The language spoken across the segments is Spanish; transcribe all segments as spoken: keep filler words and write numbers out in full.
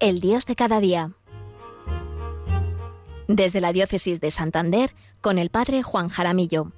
El Dios de cada día. Desde la Diócesis de Santander, con el Padre Juan Jaramillo.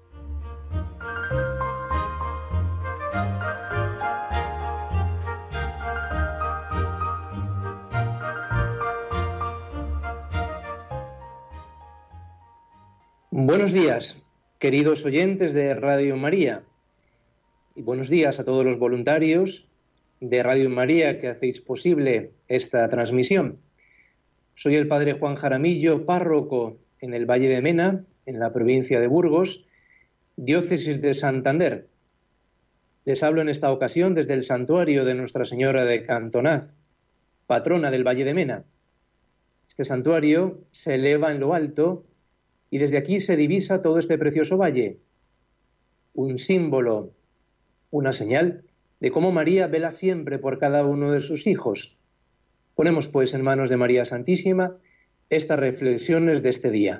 Buenos días, queridos oyentes de Radio María, y buenos días a todos los voluntarios de Radio María que hacéis posible esta transmisión. Soy el Padre Juan Jaramillo, párroco en el Valle de Mena, en la provincia de Burgos, Diócesis de Santander. Les hablo en esta ocasión desde el santuario de Nuestra Señora de Cantonaz, patrona del Valle de Mena. Este santuario se eleva en lo alto y desde aquí se divisa todo este precioso valle, un símbolo, una señal de cómo María vela siempre por cada uno de sus hijos. Ponemos pues en manos de María Santísima estas reflexiones de este día.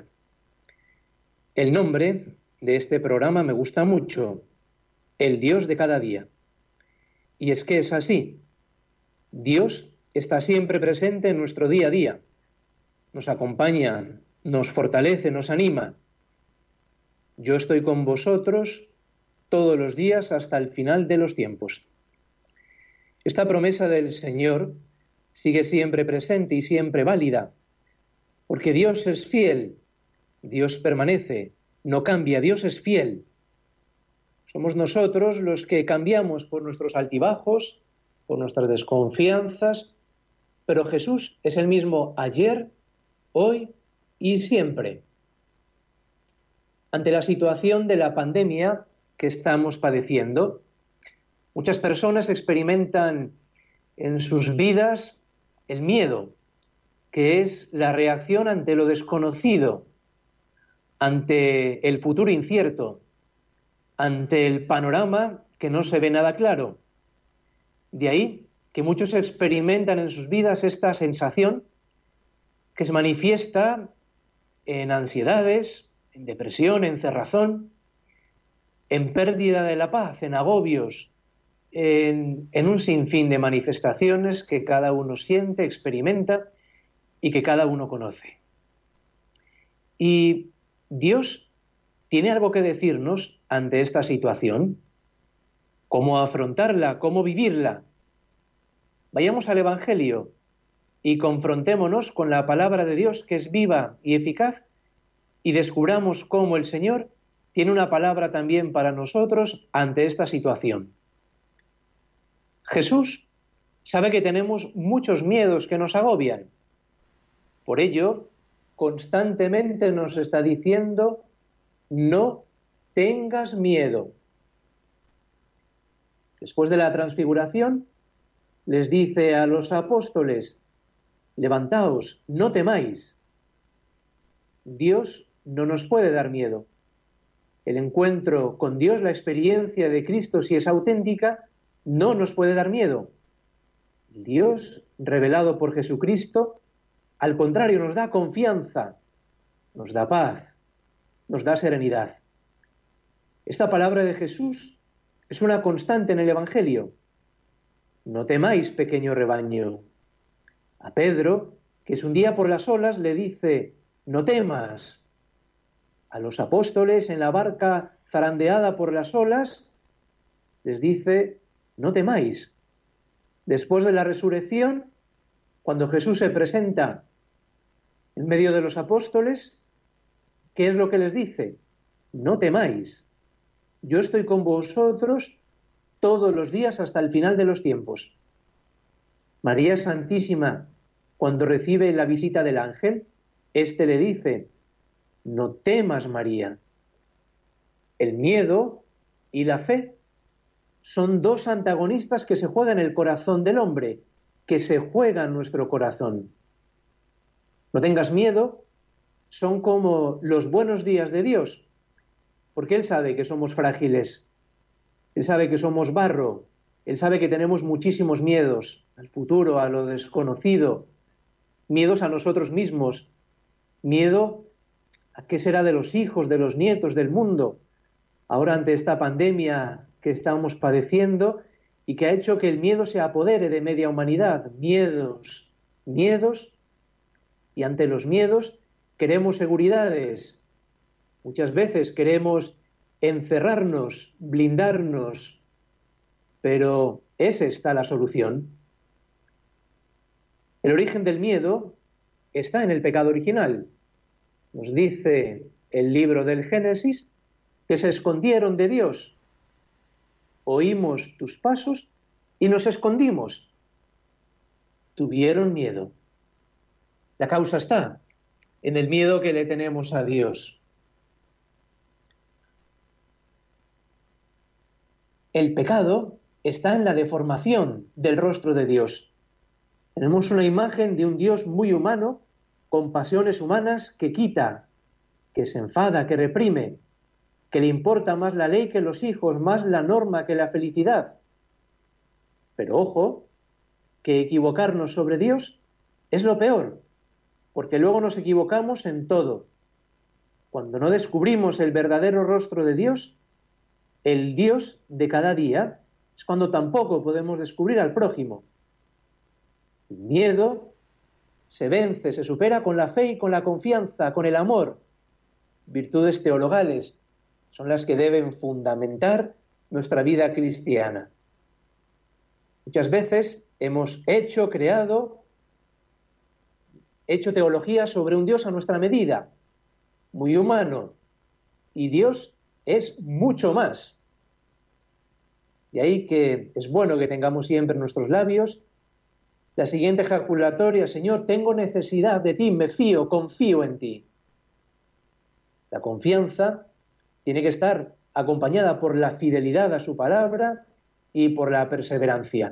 El nombre de este programa me gusta mucho, El Dios de cada día. Y es que es así. Dios está siempre presente en nuestro día a día. Nos acompaña, nos fortalece, nos anima. Yo estoy con vosotros todos los días hasta el final de los tiempos. Esta promesa del Señor sigue siempre presente y siempre válida, porque Dios es fiel, Dios permanece, no cambia, Dios es fiel. Somos nosotros los que cambiamos por nuestros altibajos, por nuestras desconfianzas, pero Jesús es el mismo ayer, hoy y siempre. Ante la situación de la pandemia que estamos padeciendo, muchas personas experimentan en sus vidas el miedo, que es la reacción ante lo desconocido, ante el futuro incierto, ante el panorama que no se ve nada claro. De ahí que muchos experimentan en sus vidas esta sensación que se manifiesta en ansiedades, en depresión, en cerrazón, en pérdida de la paz, en agobios, en, en un sinfín de manifestaciones que cada uno siente, experimenta y que cada uno conoce. Y Dios tiene algo que decirnos ante esta situación, cómo afrontarla, cómo vivirla. Vayamos al Evangelio y confrontémonos con la palabra de Dios, que es viva y eficaz, y descubramos cómo el Señor tiene una palabra también para nosotros ante esta situación. Jesús sabe que tenemos muchos miedos que nos agobian. Por ello, constantemente nos está diciendo: no tengas miedo. Después de la transfiguración, les dice a los apóstoles: levantaos, no temáis. Dios no nos puede dar miedo. El encuentro con Dios, la experiencia de Cristo, si es auténtica, no nos puede dar miedo. Dios, revelado por Jesucristo, al contrario, nos da confianza, nos da paz, nos da serenidad. Esta palabra de Jesús es una constante en el Evangelio. No temáis, pequeño rebaño. A Pedro, que es un día por las olas, le dice: no temas. A los apóstoles en la barca zarandeada por las olas, les dice: no temáis. Después de la resurrección, cuando Jesús se presenta en medio de los apóstoles, ¿qué es lo que les dice? No temáis. Yo estoy con vosotros todos los días hasta el final de los tiempos. María Santísima, cuando recibe la visita del ángel, éste le dice: no temas, María. El miedo y la fe son dos antagonistas que se juegan en el corazón del hombre, que se juegan en nuestro corazón. No tengas miedo son como los buenos días de Dios, porque Él sabe que somos frágiles, Él sabe que somos barro, Él sabe que tenemos muchísimos miedos al futuro, a lo desconocido, miedos a nosotros mismos, miedo a qué será de los hijos, de los nietos, del mundo. Ahora, ante esta pandemia que estamos padeciendo y que ha hecho que el miedo se apodere de media humanidad, miedos miedos, y ante los miedos queremos seguridades. Muchas veces queremos encerrarnos, blindarnos, pero ¿es esta la solución? El origen del miedo está en el pecado original. Nos dice el libro del Génesis que se escondieron de Dios. Oímos tus pasos y nos escondimos. Tuvieron miedo. La causa está en el miedo que le tenemos a Dios. El pecado está en la deformación del rostro de Dios. Tenemos una imagen de un Dios muy humano, con pasiones humanas, que quita, que se enfada, que reprime, que le importa más la ley que los hijos, más la norma que la felicidad. Pero ojo, que equivocarnos sobre Dios es lo peor, porque luego nos equivocamos en todo. Cuando no descubrimos el verdadero rostro de Dios, el Dios de cada día, es cuando tampoco podemos descubrir al prójimo. El miedo se vence, se supera con la fe y con la confianza, con el amor. Virtudes teologales son las que deben fundamentar nuestra vida cristiana. Muchas veces hemos hecho, creado, hecho teología sobre un Dios a nuestra medida, muy humano, y Dios es mucho más. De ahí que es bueno que tengamos siempre en nuestros labios la siguiente ejaculatoria: Señor, tengo necesidad de ti, me fío, confío en ti. La confianza tiene que estar acompañada por la fidelidad a su palabra y por la perseverancia.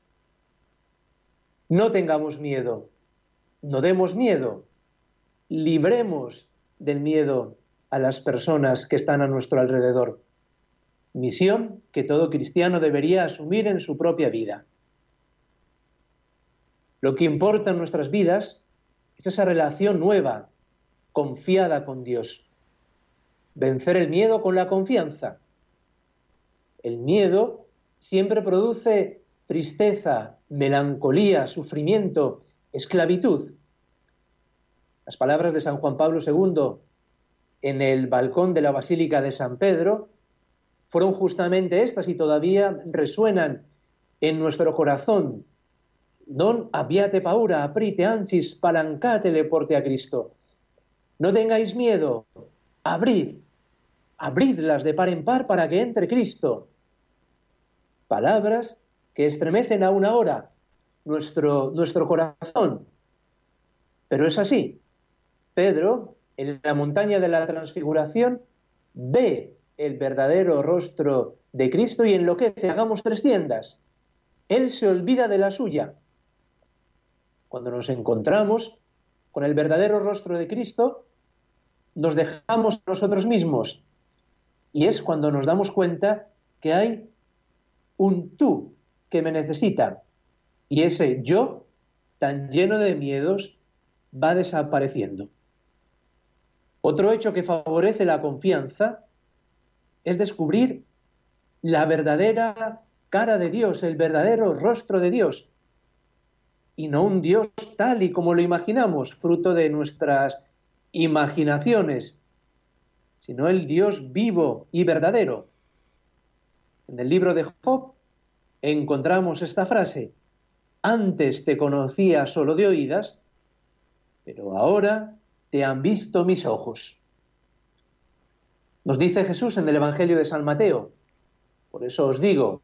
No tengamos miedo, no demos miedo, libremos del miedo a las personas que están a nuestro alrededor. Misión que todo cristiano debería asumir en su propia vida. Lo que importa en nuestras vidas es esa relación nueva, confiada con Dios. Vencer el miedo con la confianza. El miedo siempre produce tristeza, melancolía, sufrimiento, esclavitud. Las palabras de San Juan Pablo segundo en el balcón de la Basílica de San Pedro fueron justamente estas y todavía resuenan en nuestro corazón. Non abbiate paura, aprite ansis, palancatele porte a Cristo. No tengáis miedo, abrid, abridlas de par en par para que entre Cristo. Palabras que estremecen aún ahora nuestro, nuestro corazón. Pero es así. Pedro, en la montaña de la Transfiguración, ve el verdadero rostro de Cristo y enloquece. Hagamos tres tiendas. Él se olvida de la suya. Cuando nos encontramos con el verdadero rostro de Cristo, nos dejamos nosotros mismos. Y es cuando nos damos cuenta que hay un tú que me necesita. Y ese yo, tan lleno de miedos, va desapareciendo. Otro hecho que favorece la confianza es descubrir la verdadera cara de Dios, el verdadero rostro de Dios, y no un Dios tal y como lo imaginamos, fruto de nuestras imaginaciones, sino el Dios vivo y verdadero. En el libro de Job encontramos esta frase: antes te conocía solo de oídas, pero ahora te han visto mis ojos. Nos dice Jesús en el Evangelio de San Mateo: por eso os digo,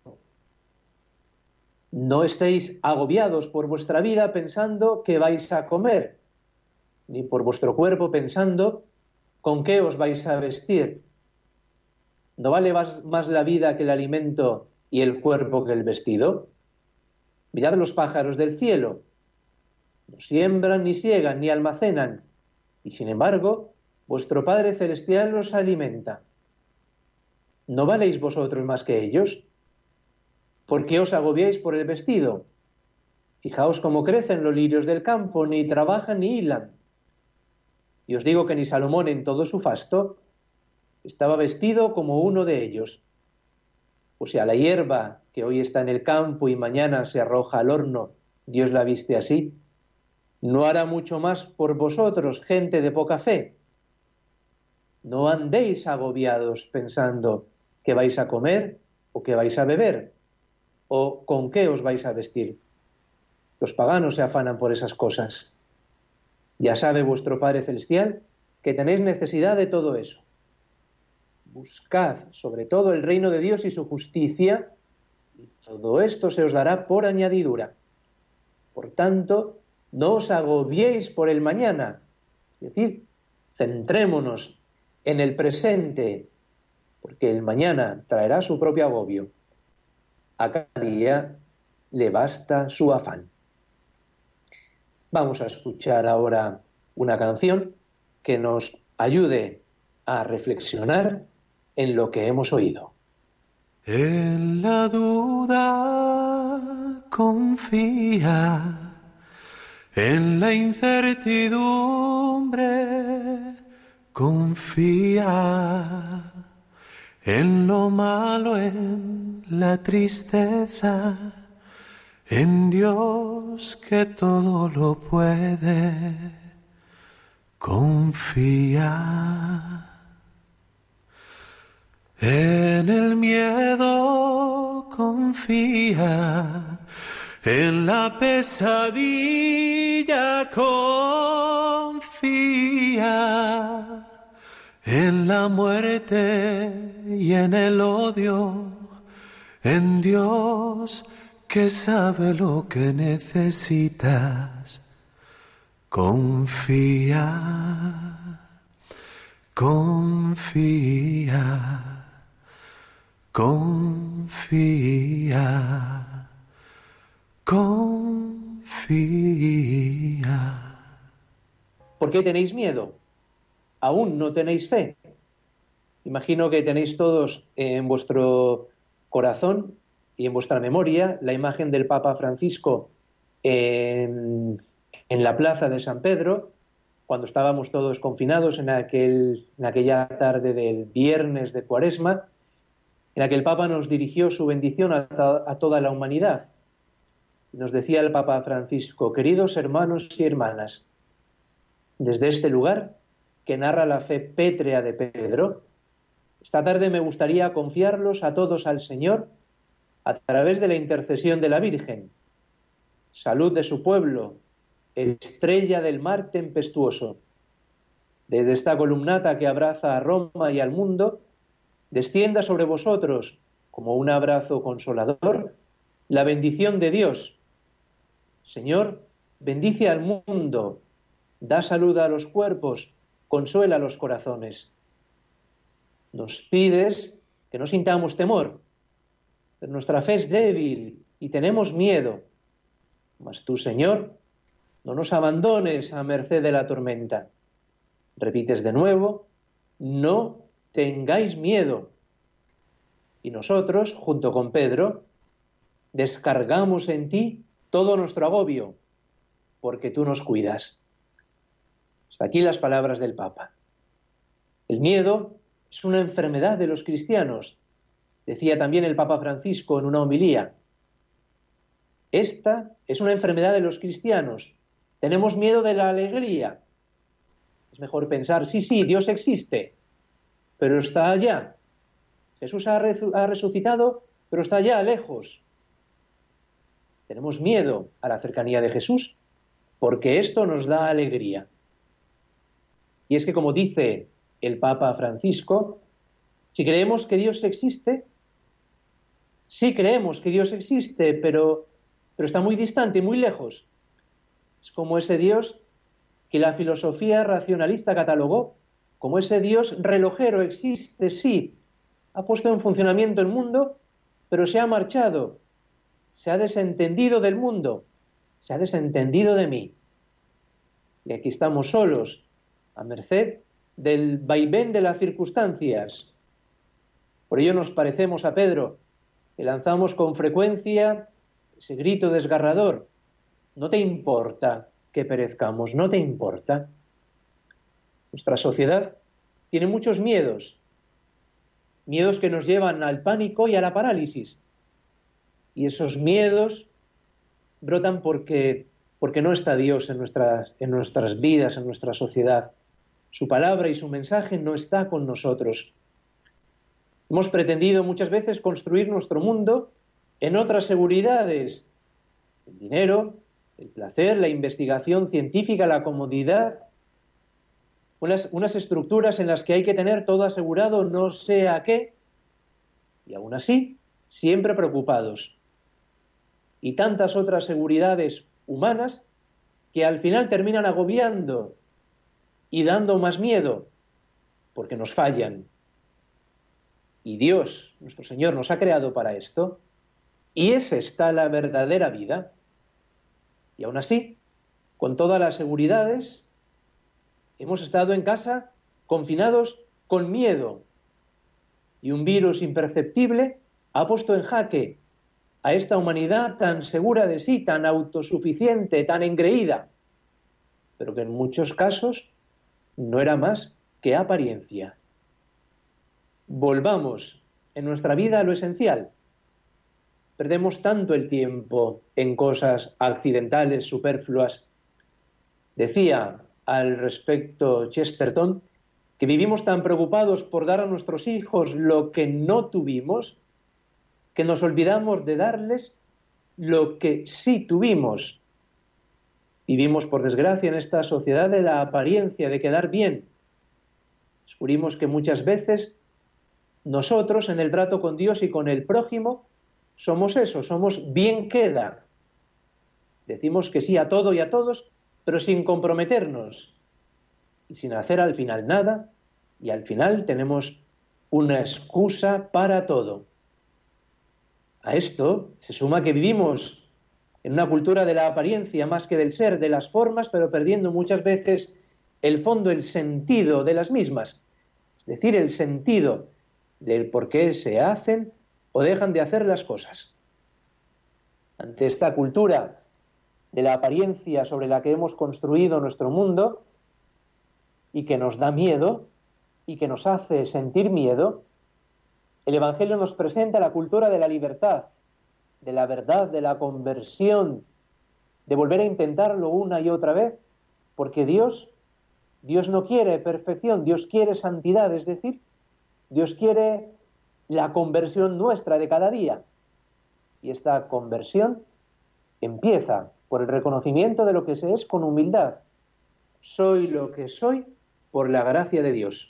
no estéis agobiados por vuestra vida pensando qué vais a comer, ni por vuestro cuerpo pensando con qué os vais a vestir. ¿No vale más, más la vida que el alimento y el cuerpo que el vestido? Mirad los pájaros del cielo. No siembran, ni siegan, ni almacenan, y sin embargo, vuestro Padre Celestial los alimenta. ¿No valéis vosotros más que ellos? ¿Por qué os agobiáis por el vestido? Fijaos cómo crecen los lirios del campo, ni trabajan ni hilan. Y os digo que ni Salomón en todo su fasto estaba vestido como uno de ellos. O sea, la hierba que hoy está en el campo y mañana se arroja al horno, Dios la viste así. ¿No hará mucho más por vosotros, gente de poca fe? No andéis agobiados pensando qué vais a comer o qué vais a beber o con qué os vais a vestir. Los paganos se afanan por esas cosas. Ya sabe vuestro Padre Celestial que tenéis necesidad de todo eso. Buscad sobre todo el reino de Dios y su justicia, y todo esto se os dará por añadidura. Por tanto, no os agobiéis por el mañana. Es decir, centrémonos en el presente, porque el mañana traerá su propio agobio. A cada día le basta su afán. Vamos a escuchar ahora una canción que nos ayude a reflexionar en lo que hemos oído. En la duda confía, en la incertidumbre confía, en lo malo, en la tristeza, en Dios que todo lo puede, confía. En el miedo confía, en la pesadilla confía, en la muerte y en el odio, en Dios que sabe lo que necesitas, confía, confía. Confía, confía. ¿Por qué tenéis miedo? ¿Aún no tenéis fe? Imagino que tenéis todos en vuestro corazón y en vuestra memoria la imagen del Papa Francisco en, en la plaza de San Pedro, cuando estábamos todos confinados en, aquel, en aquella tarde del viernes de Cuaresma, en la que el Papa nos dirigió su bendición a, a toda la humanidad. Nos decía el Papa Francisco: queridos hermanos y hermanas, desde este lugar que narra la fe pétrea de Pedro, esta tarde me gustaría confiarlos a todos al Señor a través de la intercesión de la Virgen, salud de su pueblo, estrella del mar tempestuoso. Desde esta columnata que abraza a Roma y al mundo, descienda sobre vosotros, como un abrazo consolador, la bendición de Dios. Señor, bendice al mundo, da salud a los cuerpos, consuela los corazones. Nos pides que no sintamos temor, pero nuestra fe es débil y tenemos miedo. Mas tú, Señor, no nos abandones a merced de la tormenta. Repites de nuevo: no tengáis miedo. Y nosotros, junto con Pedro, descargamos en ti todo nuestro agobio, porque tú nos cuidas. Hasta aquí las palabras del Papa. El miedo es una enfermedad de los cristianos, decía también el Papa Francisco en una homilía. Esta es una enfermedad de los cristianos. Tenemos miedo de la alegría. Es mejor pensar: sí, sí, Dios existe, pero está allá. Jesús ha, resu- ha resucitado, pero está allá, lejos. Tenemos miedo a la cercanía de Jesús, porque esto nos da alegría. Y es que, como dice el Papa Francisco, si creemos que Dios existe, sí creemos que Dios existe, pero, pero está muy distante, muy lejos. Es como ese Dios que la filosofía racionalista catalogó como ese Dios relojero. Existe, sí, ha puesto en funcionamiento el mundo, pero se ha marchado, se ha desentendido del mundo, se ha desentendido de mí. Y aquí estamos solos, a merced del vaivén de las circunstancias. Por ello nos parecemos a Pedro, que lanzamos con frecuencia ese grito desgarrador: no te importa que perezcamos, no te importa. Nuestra sociedad tiene muchos miedos, miedos que nos llevan al pánico y a la parálisis. Y esos miedos brotan porque porque no está Dios en nuestras, en nuestras vidas, en nuestra sociedad. Su palabra y su mensaje no está con nosotros. Hemos pretendido muchas veces construir nuestro mundo en otras seguridades: el dinero, el placer, la investigación científica, la comodidad, unas, unas estructuras en las que hay que tener todo asegurado, no sé a qué, y aún así, siempre preocupados. Y tantas otras seguridades humanas que al final terminan agobiando y dando más miedo, porque nos fallan. Y Dios, nuestro Señor, nos ha creado para esto, y es esta la verdadera vida. Y aún así, con todas las seguridades, hemos estado en casa confinados con miedo, y un virus imperceptible ha puesto en jaque a esta humanidad tan segura de sí, tan autosuficiente, tan engreída, pero que en muchos casos no era más que apariencia. Volvamos en nuestra vida a lo esencial. Perdemos tanto el tiempo en cosas accidentales, superfluas. Decía al respecto Chesterton que vivimos tan preocupados por dar a nuestros hijos lo que no tuvimos, que nos olvidamos de darles lo que sí tuvimos. Vivimos, por desgracia, en esta sociedad de la apariencia, de quedar bien. Descubrimos que muchas veces nosotros, en el trato con Dios y con el prójimo, somos eso, somos bien queda. Decimos que sí a todo y a todos, pero sin comprometernos y sin hacer al final nada, y al final tenemos una excusa para todo. A esto se suma que vivimos en una cultura de la apariencia más que del ser, de las formas, pero perdiendo muchas veces el fondo, el sentido de las mismas. Es decir, el sentido del por qué se hacen o dejan de hacer las cosas. Ante esta cultura de la apariencia sobre la que hemos construido nuestro mundo y que nos da miedo y que nos hace sentir miedo, el Evangelio nos presenta la cultura de la libertad, de la verdad, de la conversión, de volver a intentarlo una y otra vez, porque Dios, Dios no quiere perfección, Dios quiere santidad, es decir, Dios quiere la conversión nuestra de cada día. Y esta conversión empieza por el reconocimiento de lo que se es con humildad. Soy lo que soy por la gracia de Dios.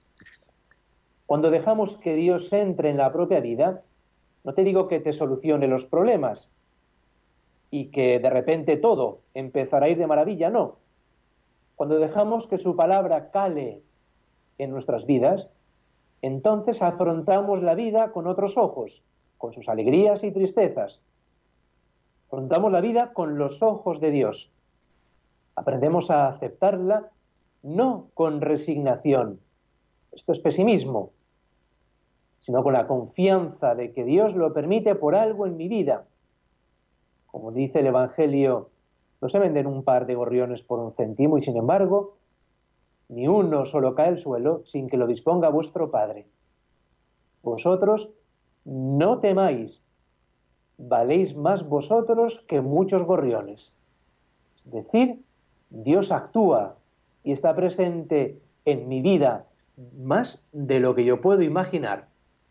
Cuando dejamos que Dios entre en la propia vida, no te digo que te solucione los problemas y que de repente todo empezará a ir de maravilla, no. Cuando dejamos que su palabra cale en nuestras vidas, entonces afrontamos la vida con otros ojos, con sus alegrías y tristezas. Afrontamos la vida con los ojos de Dios. Aprendemos a aceptarla no con resignación, esto es pesimismo, sino con la confianza de que Dios lo permite por algo en mi vida. Como dice el Evangelio, no se venden un par de gorriones por un céntimo y sin embargo, ni uno solo cae al suelo sin que lo disponga vuestro Padre. Vosotros no temáis, valéis más vosotros que muchos gorriones. Es decir, Dios actúa y está presente en mi vida más de lo que yo puedo imaginar.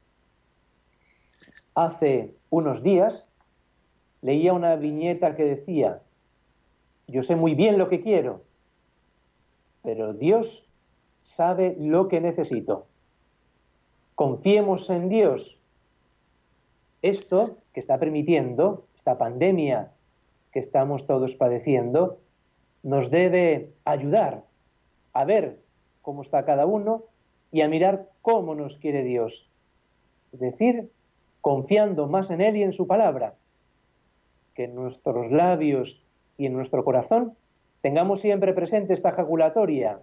Hace unos días leía una viñeta que decía: yo sé muy bien lo que quiero, pero Dios sabe lo que necesito. Confiemos en Dios. Esto que está permitiendo, esta pandemia que estamos todos padeciendo, nos debe ayudar a ver cómo está cada uno y a mirar cómo nos quiere Dios. Es decir, confiando más en Él y en su palabra, que en nuestros labios y en nuestro corazón tengamos siempre presente esta ejaculatoria: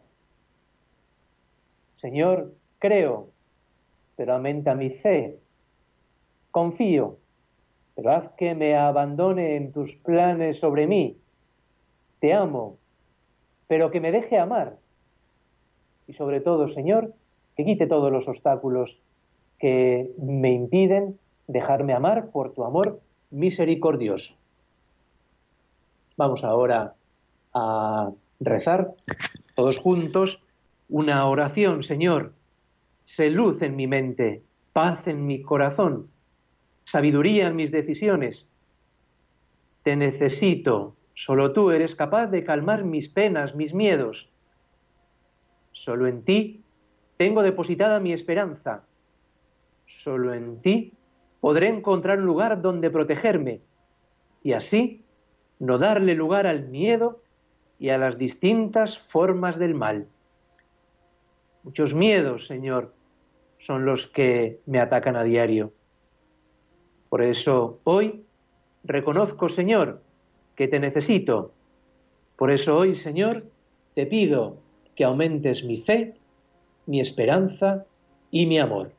Señor, creo, pero aumenta mi fe. Confío, pero haz que me abandone en tus planes sobre mí. Te amo, pero que me deje amar. Y sobre todo, Señor, que quite todos los obstáculos que me impiden dejarme amar por tu amor misericordioso. Vamos ahora a rezar todos juntos una oración. Señor, sé luz en mi mente, paz en mi corazón, sabiduría en mis decisiones. Te necesito, solo tú eres capaz de calmar mis penas, mis miedos. Solo en ti tengo depositada mi esperanza. Solo en ti podré encontrar un lugar donde protegerme y así no darle lugar al miedo y a las distintas formas del mal. Muchos miedos, Señor, son los que me atacan a diario. Por eso hoy reconozco, Señor, que te necesito. Por eso hoy, Señor, te pido que aumentes mi fe, mi esperanza y mi amor.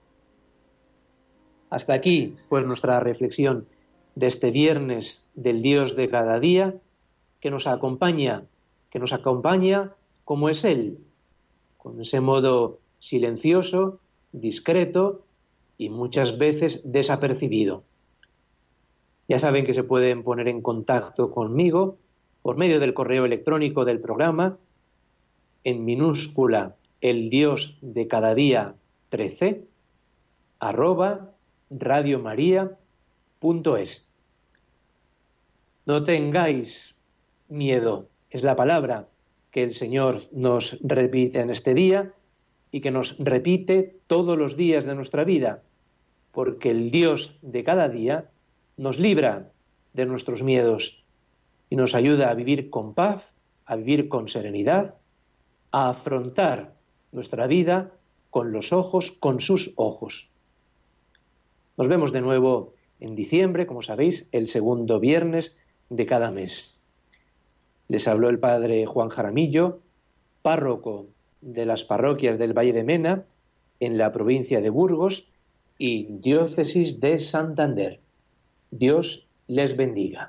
Hasta aquí, pues, nuestra reflexión de este viernes del Dios de cada día, que nos acompaña, que nos acompaña como es Él, con ese modo silencioso, discreto y muchas veces desapercibido. Ya saben que se pueden poner en contacto conmigo por medio del correo electrónico del programa, en minúscula, el Dios de cada día trece, arroba radiomaria.es. No tengáis miedo, es la palabra que el Señor nos repite en este día y que nos repite todos los días de nuestra vida, porque el Dios de cada día nos libra de nuestros miedos y nos ayuda a vivir con paz, a vivir con serenidad, a afrontar nuestra vida con los ojos, con sus ojos. Nos vemos de nuevo en diciembre, como sabéis, el segundo viernes de cada mes. Les habló el padre Juan Jaramillo, párroco de las parroquias del Valle de Mena, en la provincia de Burgos y diócesis de Santander. Dios les bendiga.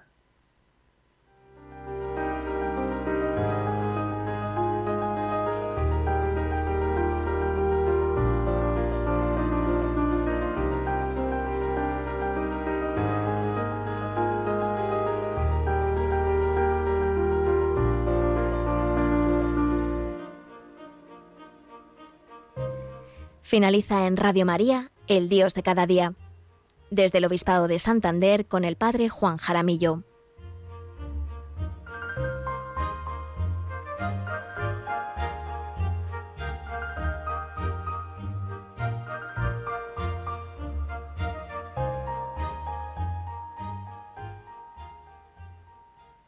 Finaliza en Radio María, El Dios de cada día. Desde el Obispado de Santander, con el padre Juan Jaramillo.